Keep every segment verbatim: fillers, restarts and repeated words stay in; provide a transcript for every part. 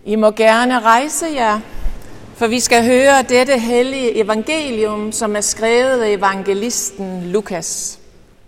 I må gerne rejse jer, for vi skal høre dette hellige evangelium, som er skrevet af evangelisten Lukas.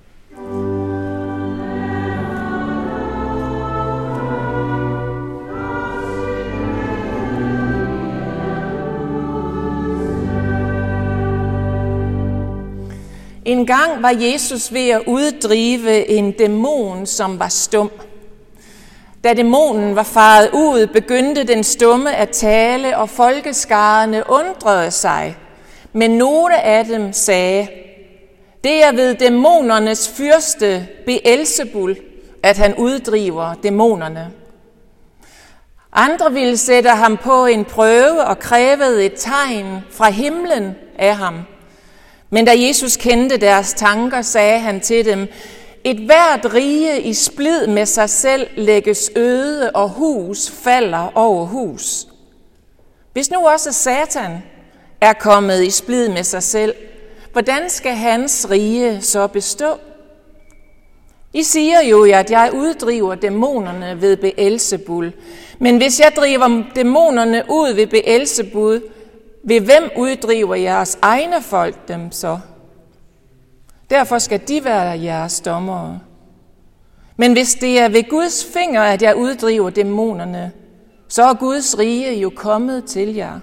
En gang var Jesus ved at uddrive en dæmon, som var stum. Da dæmonen var faret ud, begyndte den stumme at tale, og folkeskarerne undrede sig. Men nogle af dem sagde, det er ved dæmonernes fyrste Beelzebul, at han uddriver dæmonerne. Andre ville sætte ham på en prøve og krævede et tegn fra himlen af ham. Men da Jesus kendte deres tanker, sagde han til dem, et hvert rige i splid med sig selv lægges øde, og hus falder over hus. Hvis nu også Satan er kommet i splid med sig selv, hvordan skal hans rige så bestå? I siger jo, at jeg uddriver dæmonerne ved Beelzebul. Men hvis jeg driver dæmonerne ud ved Beelzebul, ved hvem uddriver jeres egne folk dem så? Derfor skal de være jeres dommere. Men hvis det er ved Guds finger, at jeg uddriver dæmonerne, så er Guds rige jo kommet til jer.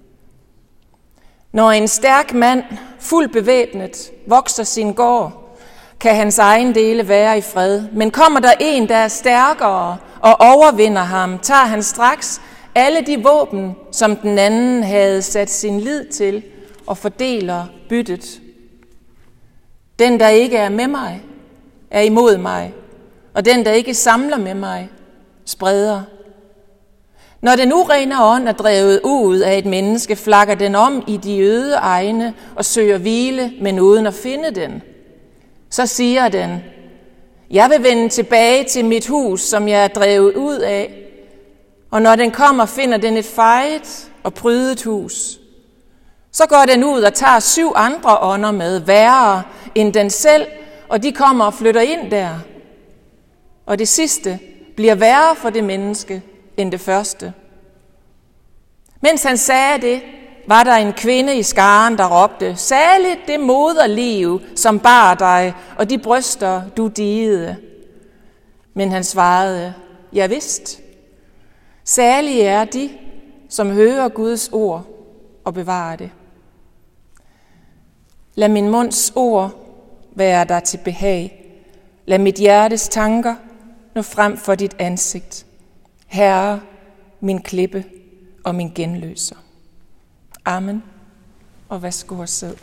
Når en stærk mand, fuldt bevæbnet, vokser sin gård, kan hans egen dele være i fred. Men kommer der en, der er stærkere og overvinder ham, tager han straks alle de våben, som den anden havde sat sin lid til, og fordeler byttet. Den, der ikke er med mig, er imod mig, og den, der ikke samler med mig, spreder. Når den urene ånd er drevet ud af et menneske, flakker den om i de øde egne og søger hvile, men uden at finde den. Så siger den, jeg vil vende tilbage til mit hus, som jeg er drevet ud af. Og når den kommer, finder den et fejet og prydet hus. Så går den ud og tager syv andre ånder med, værre end den selv, og de kommer og flytter ind der. Og det sidste bliver værre for det menneske end det første. Mens han sagde det, var der en kvinde i skaren, der råbte, saligt det moderliv, som bar dig, og de bryster, du digede. Men han svarede, ja vist. Salige er de, som hører Guds ord og bevarer det. Lad min munds ord være dig til behag. Lad mit hjertes tanker nå frem for dit ansigt. Herre, min klippe og min genløser. Amen. Og værsgo og sid.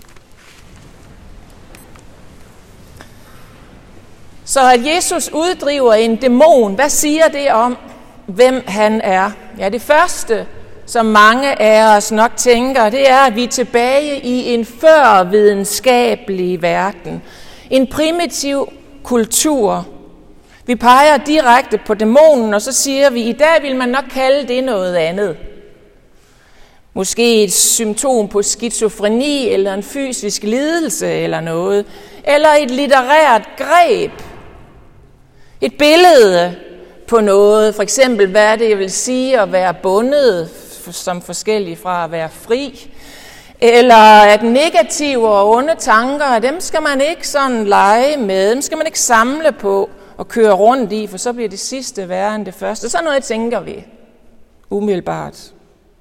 Så at Jesus uddriver en dæmon, hvad siger det om, hvem han er? Ja, det første, som mange af os nok tænker, det er, at vi er tilbage i en førvidenskabelig verden. En primitiv kultur. Vi peger direkte på dæmonen, og så siger vi, i dag vil man nok kalde det noget andet. Måske et symptom på skizofreni, eller en fysisk lidelse, eller noget. Eller et litterært greb. Et billede på noget, for eksempel hvad det vil sige at være bundet, som forskellig fra at være fri, eller at negative og onde tanker, dem skal man ikke sådan lege med, dem skal man ikke samle på og køre rundt i, for så bliver det sidste værre end det første. Sådan noget tænker vi umiddelbart.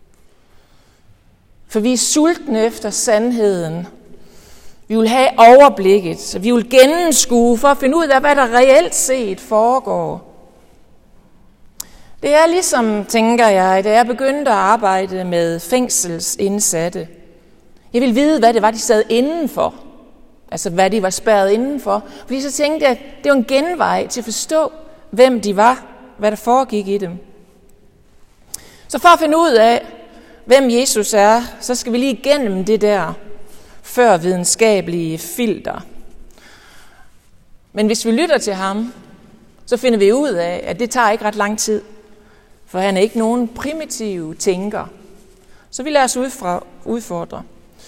For vi er sultne efter sandheden. Vi vil have overblikket, vi vil gennemskue for at finde ud af, hvad der reelt set foregår. Det er ligesom, tænker jeg, da jeg begyndte at arbejde med fængselsindsatte. Jeg ville vide, hvad det var, de sad indenfor. Altså, hvad de var spærret indenfor. Fordi så tænkte jeg, at det var en genvej til at forstå, hvem de var, hvad der foregik i dem. Så for at finde ud af, hvem Jesus er, så skal vi lige igennem det der førvidenskabelige filter. Men hvis vi lytter til ham, så finder vi ud af, at det tager ikke ret lang tid. For han er ikke nogen primitiv tænker. Så vi lader os udfra, udfordre.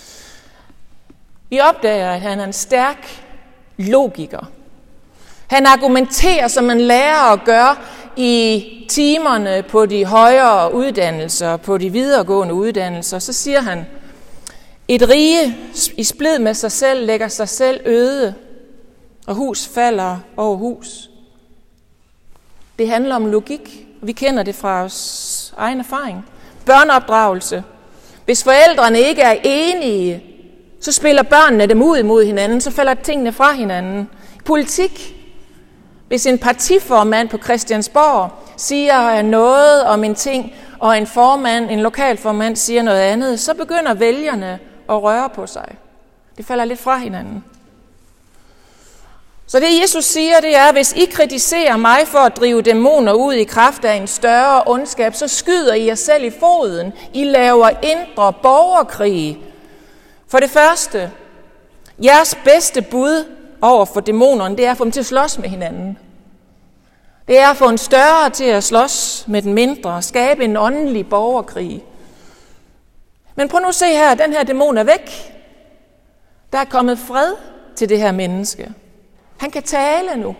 Vi opdager, at han er en stærk logiker. Han argumenterer, som man lærer at gøre, i timerne på de højere uddannelser, på de videregående uddannelser, så siger han, et rige i splid med sig selv lægger sig selv øde, og hus falder over hus. Det handler om logik. Vi kender det fra vores egen erfaring. Børneopdragelse. Hvis forældrene ikke er enige, så spiller børnene dem ud imod hinanden, så falder tingene fra hinanden. Politik. Hvis en partiformand på Christiansborg siger noget om en ting, og en formand, en lokalformand siger noget andet, så begynder vælgerne at røre på sig. Det falder lidt fra hinanden. Så det Jesus siger, det er, hvis I kritiserer mig for at drive dæmoner ud i kraft af en større ondskab, så skyder I jer selv i foden. I laver indre borgerkrig. For det første, jeres bedste bud over for dæmonerne, det er at få dem til at slås med hinanden. Det er at få en større til at slås med den mindre, skabe en åndelig borgerkrig. Men prøv nu at se her, den her dæmon er væk. Der er kommet fred til det her menneske. Han kan tale nu.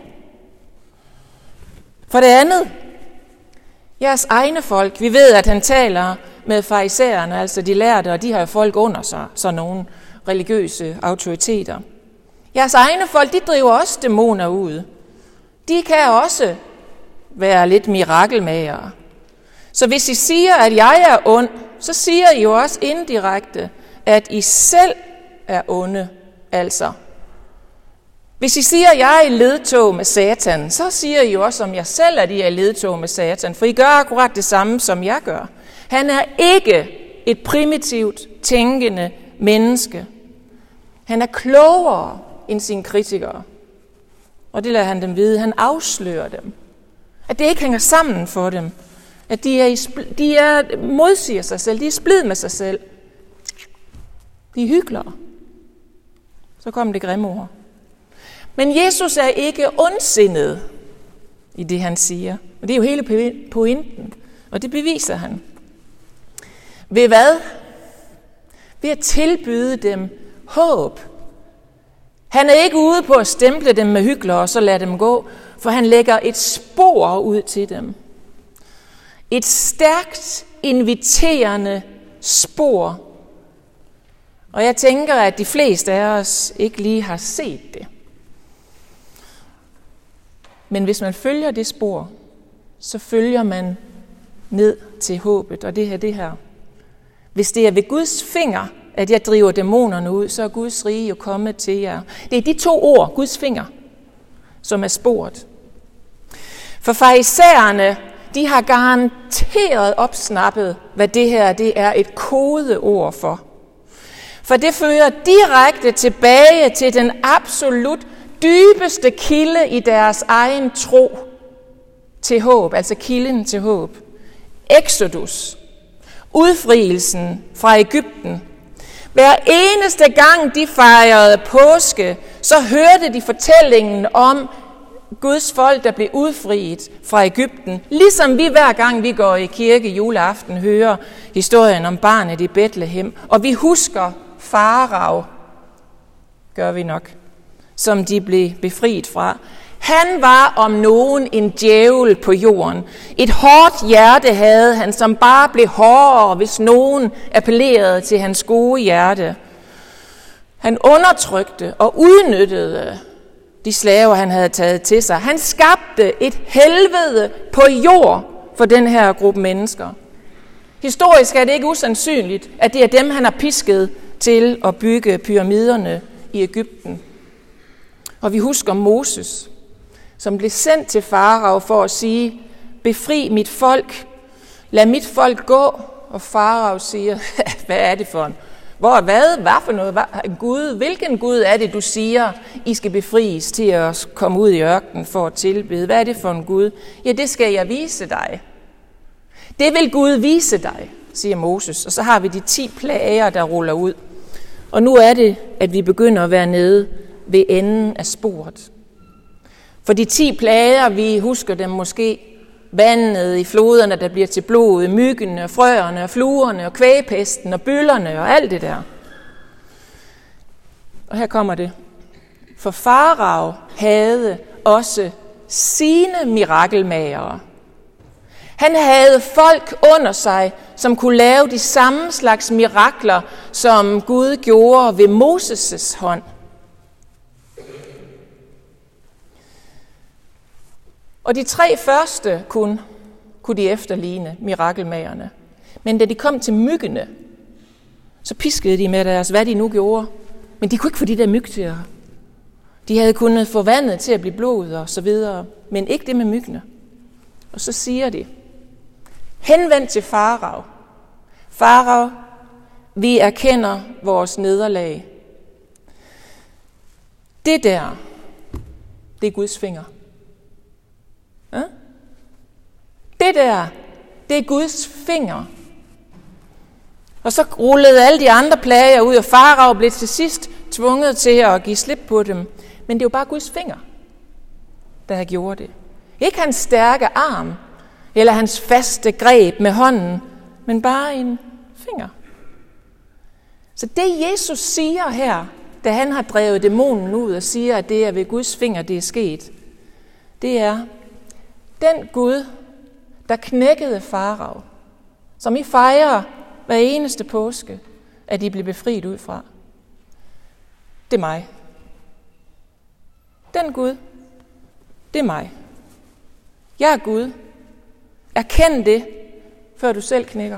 For det andet, jeres egne folk, vi ved, at han taler med farisæerne, altså de lærte, og de har jo folk under sig, så nogle religiøse autoriteter. Jeres egne folk, de driver også dæmoner ud. De kan også være lidt mirakelmagere. Så hvis I siger, at jeg er ond, så siger I jo også indirekte, at I selv er onde, altså. Hvis I siger, at jeg er i ledtog med Satan, så siger I jo også om jer selv, at I er i ledtog med Satan, for I gør akkurat det samme, som jeg gør. Han er ikke et primitivt, tænkende menneske. Han er klogere end sine kritikere. Og det lader han dem vide. Han afslører dem. At det ikke hænger sammen for dem. At de er, i spl- de er modsiger sig selv. De er splid med sig selv. De er hyklere. Så kom det grimme ord. Men Jesus er ikke ondsindet i det, han siger. Og det er jo hele pointen. Og det beviser han. Ved hvad? Ved at tilbyde dem håb. Han er ikke ude på at stemple dem med hyklere og så lade dem gå, for han lægger et spor ud til dem. Et stærkt, inviterende spor. Og jeg tænker, at de fleste af os ikke lige har set det. Men hvis man følger det spor, så følger man ned til håbet, og det her, det her. Hvis det er ved Guds finger, at jeg driver dæmonerne ud, så er Guds rige jo kommet til jer. Det er de to ord, Guds finger, som er sporet. For farisæerne, de har garanteret opsnappet, hvad det her det er et kodeord for. For det fører direkte tilbage til den absolut dybeste kilde i deres egen tro til håb, altså kilden til håb. Exodus, udfrielsen fra Egypten. Hver eneste gang de fejrede påske, så hørte de fortællingen om Guds folk, der blev udfriet fra Egypten. Ligesom vi hver gang vi går i kirke juleaften hører historien om barnet i Bethlehem. Og vi husker Farao, gør vi nok, som de blev befriet fra. Han var om nogen en djævel på jorden. Et hårdt hjerte havde han, som bare blev hårdere, hvis nogen appellerede til hans gode hjerte. Han undertrykte og udnyttede de slaver, han havde taget til sig. Han skabte et helvede på jord for den her gruppe mennesker. Historisk er det ikke usandsynligt, at det er dem, han har pisket til at bygge pyramiderne i Egypten. Og vi husker Moses, som blev sendt til Farao for at sige, befri mit folk, lad mit folk gå. Og Farao siger, hvad er det for en? Hvor, hvad? Hvad for noget? Hvad? Gud, hvilken Gud er det, du siger, I skal befries til at komme ud i ørkenen for at tilbede? Hvad er det for en Gud? Ja, det skal jeg vise dig. Det vil Gud vise dig, siger Moses. Og så har vi de ti plager, der ruller ud. Og nu er det, at vi begynder at være nede ved enden af sporet. For de ti plager, vi husker dem måske, vandet i floderne, der bliver til blod, myggene, frøerne, fluerne, og kvægpesten, og byllerne, og alt det der. Og her kommer det. For Farao havde også sine mirakelmagere. Han havde folk under sig, som kunne lave de samme slags mirakler, som Gud gjorde ved Moses' hånd. Og de tre første kun kunne de efterligne mirakelmagerne. Men da de kom til myggene, så piskede de med deres, hvad de nu gjorde. Men de kunne ikke få de der myg til at... De havde kunnet få vandet til at blive blod og så videre, men ikke det med myggene. Og så siger de, henvend til Farao. Farao, vi erkender vores nederlag. Det der, det er Guds finger. Ja? Det der, det er Guds finger. Og så rullede alle de andre plager ud, og Farao blev til sidst tvunget til at give slip på dem. Men det var bare Guds finger, der havde gjort det. Ikke hans stærke arm, eller hans faste greb med hånden, men bare en finger. Så det Jesus siger her, da han har drevet dæmonen ud og siger, at det er ved Guds finger, det er sket, det er den Gud, der knækkede Farao, som I fejrer hver eneste påske, at I blev befriet ud fra. Det er mig. Den Gud, det er mig. Jeg er Gud. Erkend det, før du selv knækker.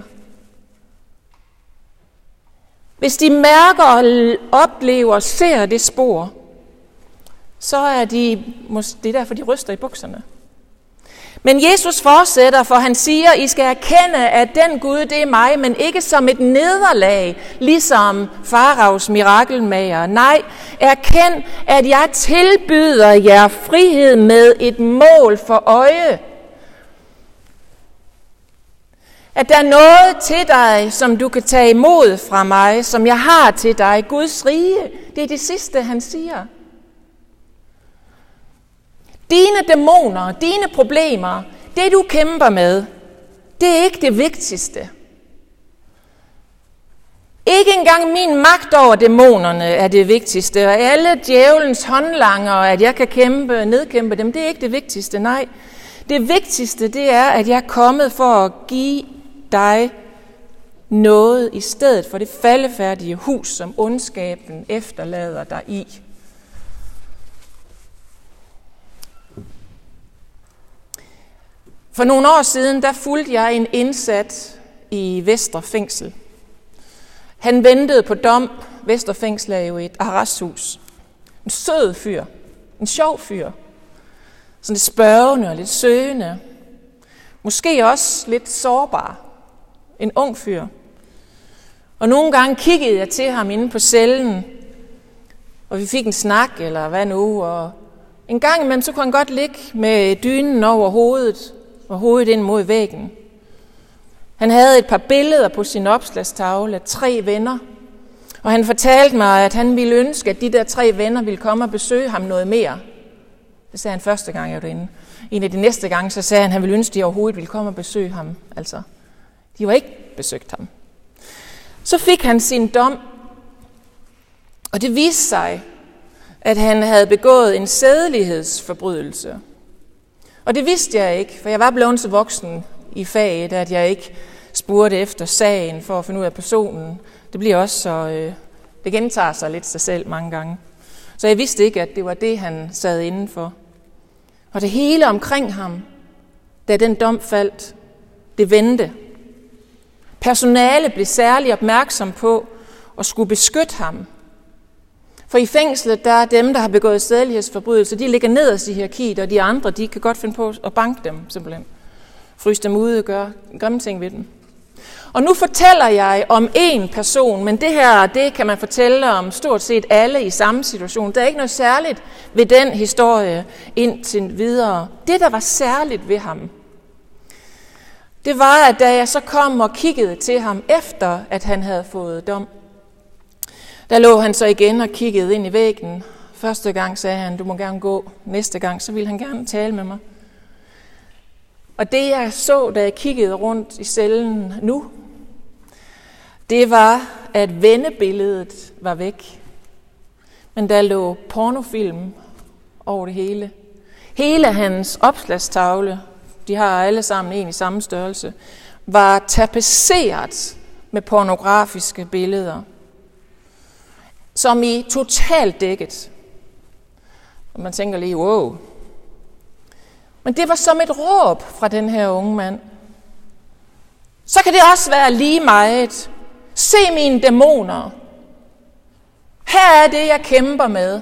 Hvis de mærker, oplever, ser det spor, så er de, det er derfor, de ryster i bukserne. Men Jesus fortsætter, for han siger, I skal erkende, at den Gud, det er mig, men ikke som et nederlag, ligesom Faraos mirakelmager. Nej, erkend, at jeg tilbyder jer frihed med et mål for øje. At der er noget til dig, som du kan tage imod fra mig, som jeg har til dig, Guds rige. Det er det sidste, han siger. Dine dæmoner, dine problemer, det du kæmper med, det er ikke det vigtigste. Ikke engang min magt over dæmonerne er det vigtigste, og alle djævelens håndlanger, at jeg kan kæmpe, nedkæmpe dem, det er ikke det vigtigste. Nej, det vigtigste, det er, at jeg er kommet for at give dig noget i stedet for det faldefærdige hus, som ondskaben efterlader dig i. For nogle år siden, der fulgte jeg en indsat i Vestre Fængsel. Han ventede på dom. Vestre Fængsel er jo et arresthus. En sød fyr. En sjov fyr. Sådan lidt spørgende og lidt søgende. Måske også lidt sårbar. En ung fyr. Og nogle gange kiggede jeg til ham inde på cellen, og vi fik en snak, eller hvad nu, og en gang imellem, så kunne han godt ligge med dynen over hovedet, og hovedet ind mod væggen. Han havde et par billeder på sin opslagstavle af tre venner, og han fortalte mig, at han ville ønske, at de der tre venner ville komme og besøge ham noget mere. Det sagde han første gang, jeg var derinde. En af de næste gange, så sagde han, at han ville ønske, at de overhovedet ville komme og besøge ham. Altså, de var ikke besøgt ham. Så fik han sin dom, og det viste sig, at han havde begået en sædelighedsforbrydelse. Og det vidste jeg ikke, for jeg var blevet så voksen i faget, at jeg ikke spurgte efter sagen for at finde ud af personen. Det bliver også så, øh, det gentager sig lidt sig selv mange gange. Så jeg vidste ikke, at det var det, han sad indenfor. Og det hele omkring ham, da den dom faldt, det vendte. Personale blev særlig opmærksom på at skulle beskytte ham. For i fængslet, der er dem, der har begået sædelighedsforbrydelser, de ligger nederst i hierarkiet, og de andre, de kan godt finde på at banke dem, simpelthen. Fryse dem ud og gøre grimme ting ved dem. Og nu fortæller jeg om én person, men det her, det kan man fortælle om stort set alle i samme situation. Der er ikke noget særligt ved den historie indtil videre. Det, der var særligt ved ham, det var, at da jeg så kom og kiggede til ham, efter at han havde fået dom, der lå han så igen og kiggede ind i væggen. Første gang sagde han, du må gerne gå. Næste gang, så ville han gerne tale med mig. Og det jeg så, da jeg kiggede rundt i cellen nu, det var, at vennebilledet var væk. Men der lå pornofilm over det hele. Hele hans opslagstavle de har alle sammen en i samme størrelse, var tapetseret med pornografiske billeder, som i totalt dækket. Og man tænker lige, wow. Men det var som et råb fra den her unge mand. Så kan det også være lige meget. Se mine dæmoner. Her er det, jeg kæmper med.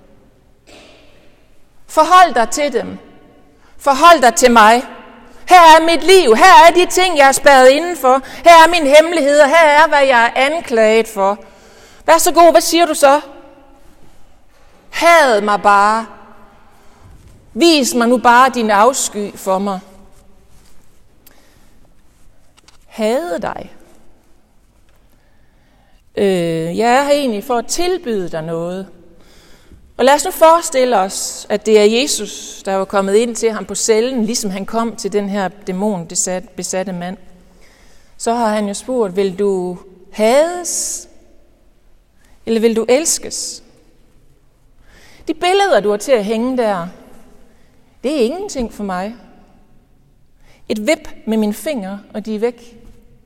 Forhold dig til dem. Forhold dig til mig. Her er mit liv. Her er de ting, jeg er spærret indenfor. Her er mine hemmeligheder. Her er, hvad jeg er anklaget for. Vær så god, hvad siger du så? Had mig bare. Vis mig nu bare din afsky for mig. Hade dig. Øh, jeg er her egentlig for at tilbyde dig noget. Og lad os nu forestille os, at det er Jesus, der var kommet ind til ham på cellen, ligesom han kom til den her dæmonbesatte mand. Så har han jo spurgt, vil du hades, eller vil du elskes? De billeder, du har til at hænge der, det er ingenting for mig. Et vip med mine fingre, og de er væk.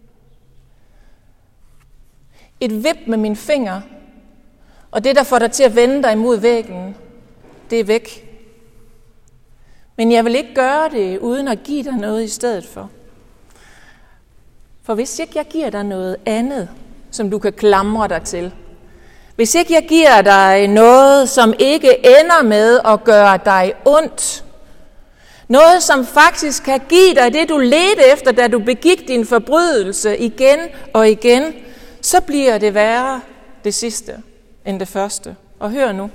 Et vip med mine fingre, og det, der får dig til at vende dig imod væggen, det er væk. Men jeg vil ikke gøre det, uden at give dig noget i stedet for. For hvis ikke jeg giver dig noget andet, som du kan klamre dig til, hvis ikke jeg giver dig noget, som ikke ender med at gøre dig ondt, noget, som faktisk kan give dig det, du ledte efter, da du begik din forbrydelse igen og igen, så bliver det værre det sidste end det første. Og hør nu.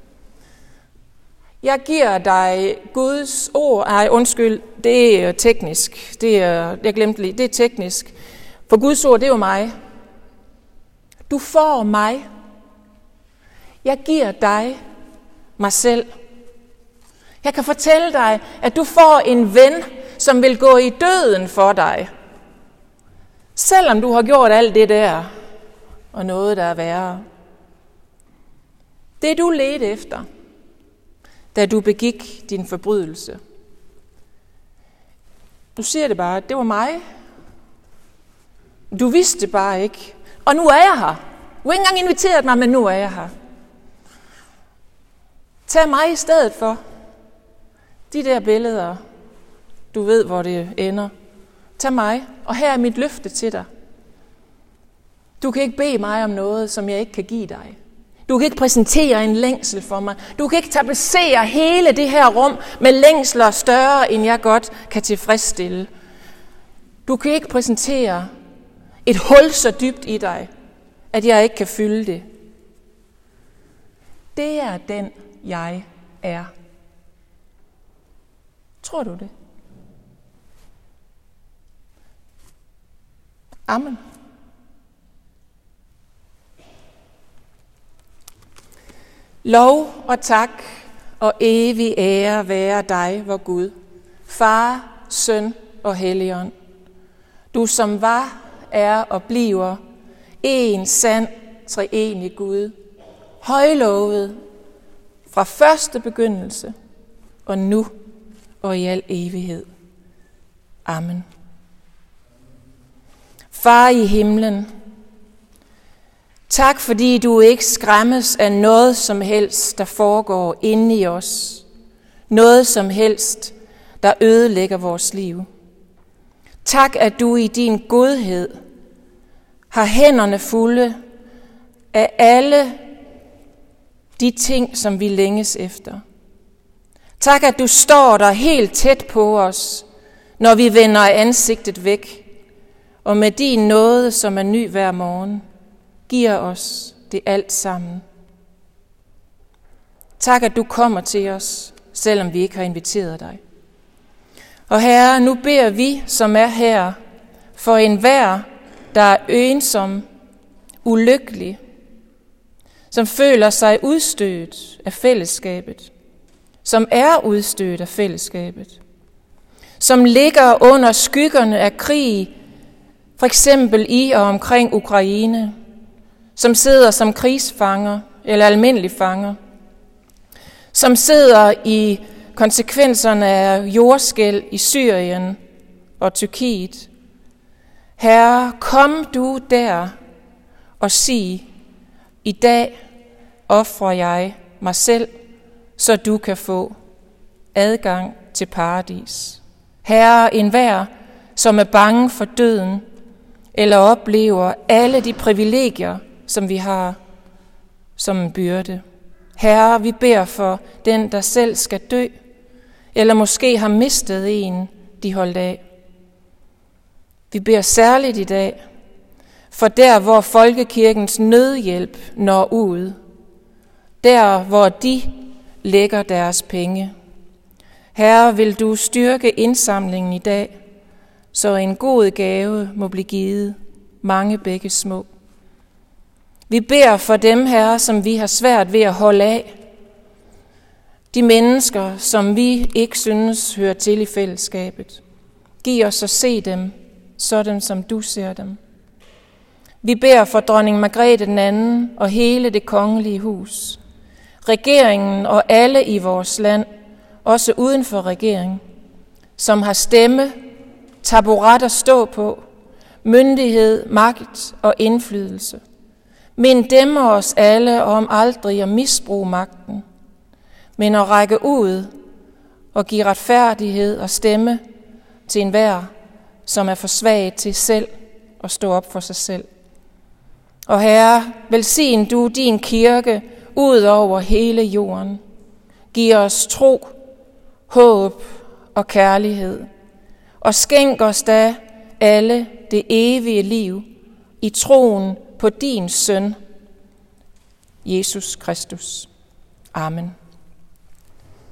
Jeg giver dig Guds ord. Ej, undskyld, det er teknisk. Det er, jeg glemte lige, det er teknisk. For Guds ord, det er jo mig. Du får mig. Jeg giver dig mig selv. Jeg kan fortælle dig, at du får en ven, som vil gå i døden for dig. Selvom du har gjort alt det der, og noget, der er værre. Det du ledte efter, da du begik din forbrydelse. Du siger det bare, det var mig. Du vidste det bare ikke. Og nu er jeg her. Du har ikke engang inviteret mig, men nu er jeg her. Tag mig i stedet for. De der billeder, du ved, hvor det ender. Tag mig, og her er mit løfte til dig. Du kan ikke bede mig om noget, som jeg ikke kan give dig. Du kan ikke præsentere en længsel for mig. Du kan ikke tapetsere hele det her rum med længsler større, end jeg godt kan tilfredsstille. Du kan ikke præsentere et hul så dybt i dig, at jeg ikke kan fylde det. Det er den, jeg er. Tror du det? Amen. Lov og tak og evig ære være dig, vor Gud, Far, Søn og Helligånd. Du som var, er og bliver en sand, treenig Gud, højlovet fra første begyndelse og nu og i al evighed. Amen. Far i himlen, tak fordi du ikke skræmmes af noget som helst, der foregår inde i os. Noget som helst, der ødelægger vores liv. Tak, at du i din godhed har hænderne fulde af alle de ting, som vi længes efter. Tak, at du står der helt tæt på os, når vi vender ansigtet væk, og med din nåde, som er ny hver morgen, giver os det alt sammen. Tak, at du kommer til os, selvom vi ikke har inviteret dig. Og Herre, nu beder vi, som er her, for enhver, der er ensom, ulykkelig, som føler sig udstødt af fællesskabet, som er udstødt af fællesskabet, som ligger under skyggerne af krig, for eksempel i og omkring Ukraine, som sidder som krigsfanger eller almindelige fanger, som sidder i konsekvenserne af jordskælv i Syrien og Tyrkiet. Herre, kom du der og sig, i dag ofrer jeg mig selv, så du kan få adgang til paradis. Herre, enhver, som er bange for døden, eller oplever alle de privilegier, som vi har som en byrde. Herre, vi beder for den, der selv skal dø, eller måske har mistet en, de holdt af. Vi beder særligt i dag, for der, hvor folkekirkens nødhjælp når ud, der, hvor de lægger deres penge. Herre, vil du styrke indsamlingen i dag, så en god gave må blive givet mange bække små. Vi beder for dem, Herre, som vi har svært ved at holde af. De mennesker, som vi ikke synes hører til i fællesskabet. Giv os at se dem, sådan som du ser dem. Vi beder for dronning Margrethe den anden og hele det kongelige hus. Regeringen og alle i vores land, også uden for regeringen, som har stemme, taburet at stå på, myndighed, magt og indflydelse. Mind dem og os alle om aldrig at misbruge magten, men at række ud og give retfærdighed og stemme til enhver, som er for svag til selv at stå op for sig selv. Og Herre, velsign du din kirke ud over hele jorden. Giv os tro, håb og kærlighed, og skænk os da alle det evige liv i troen på din søn, Jesus Kristus. Amen.